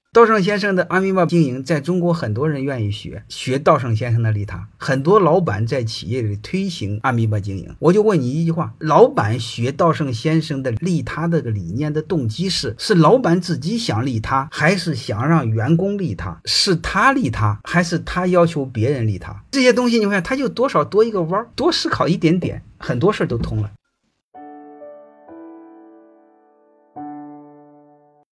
稻盛先生的阿米巴经营在中国很多人愿意学稻盛先生的利他，很多老板在企业里推行阿米巴经营。我就问你一句话，老板学稻盛先生的利他的理念的动机是老板自己想利他，还是想让员工利他？是他利他，还是他要求别人利他？这些东西你看他就多少多一个弯，多思考一点点，很多事都通了。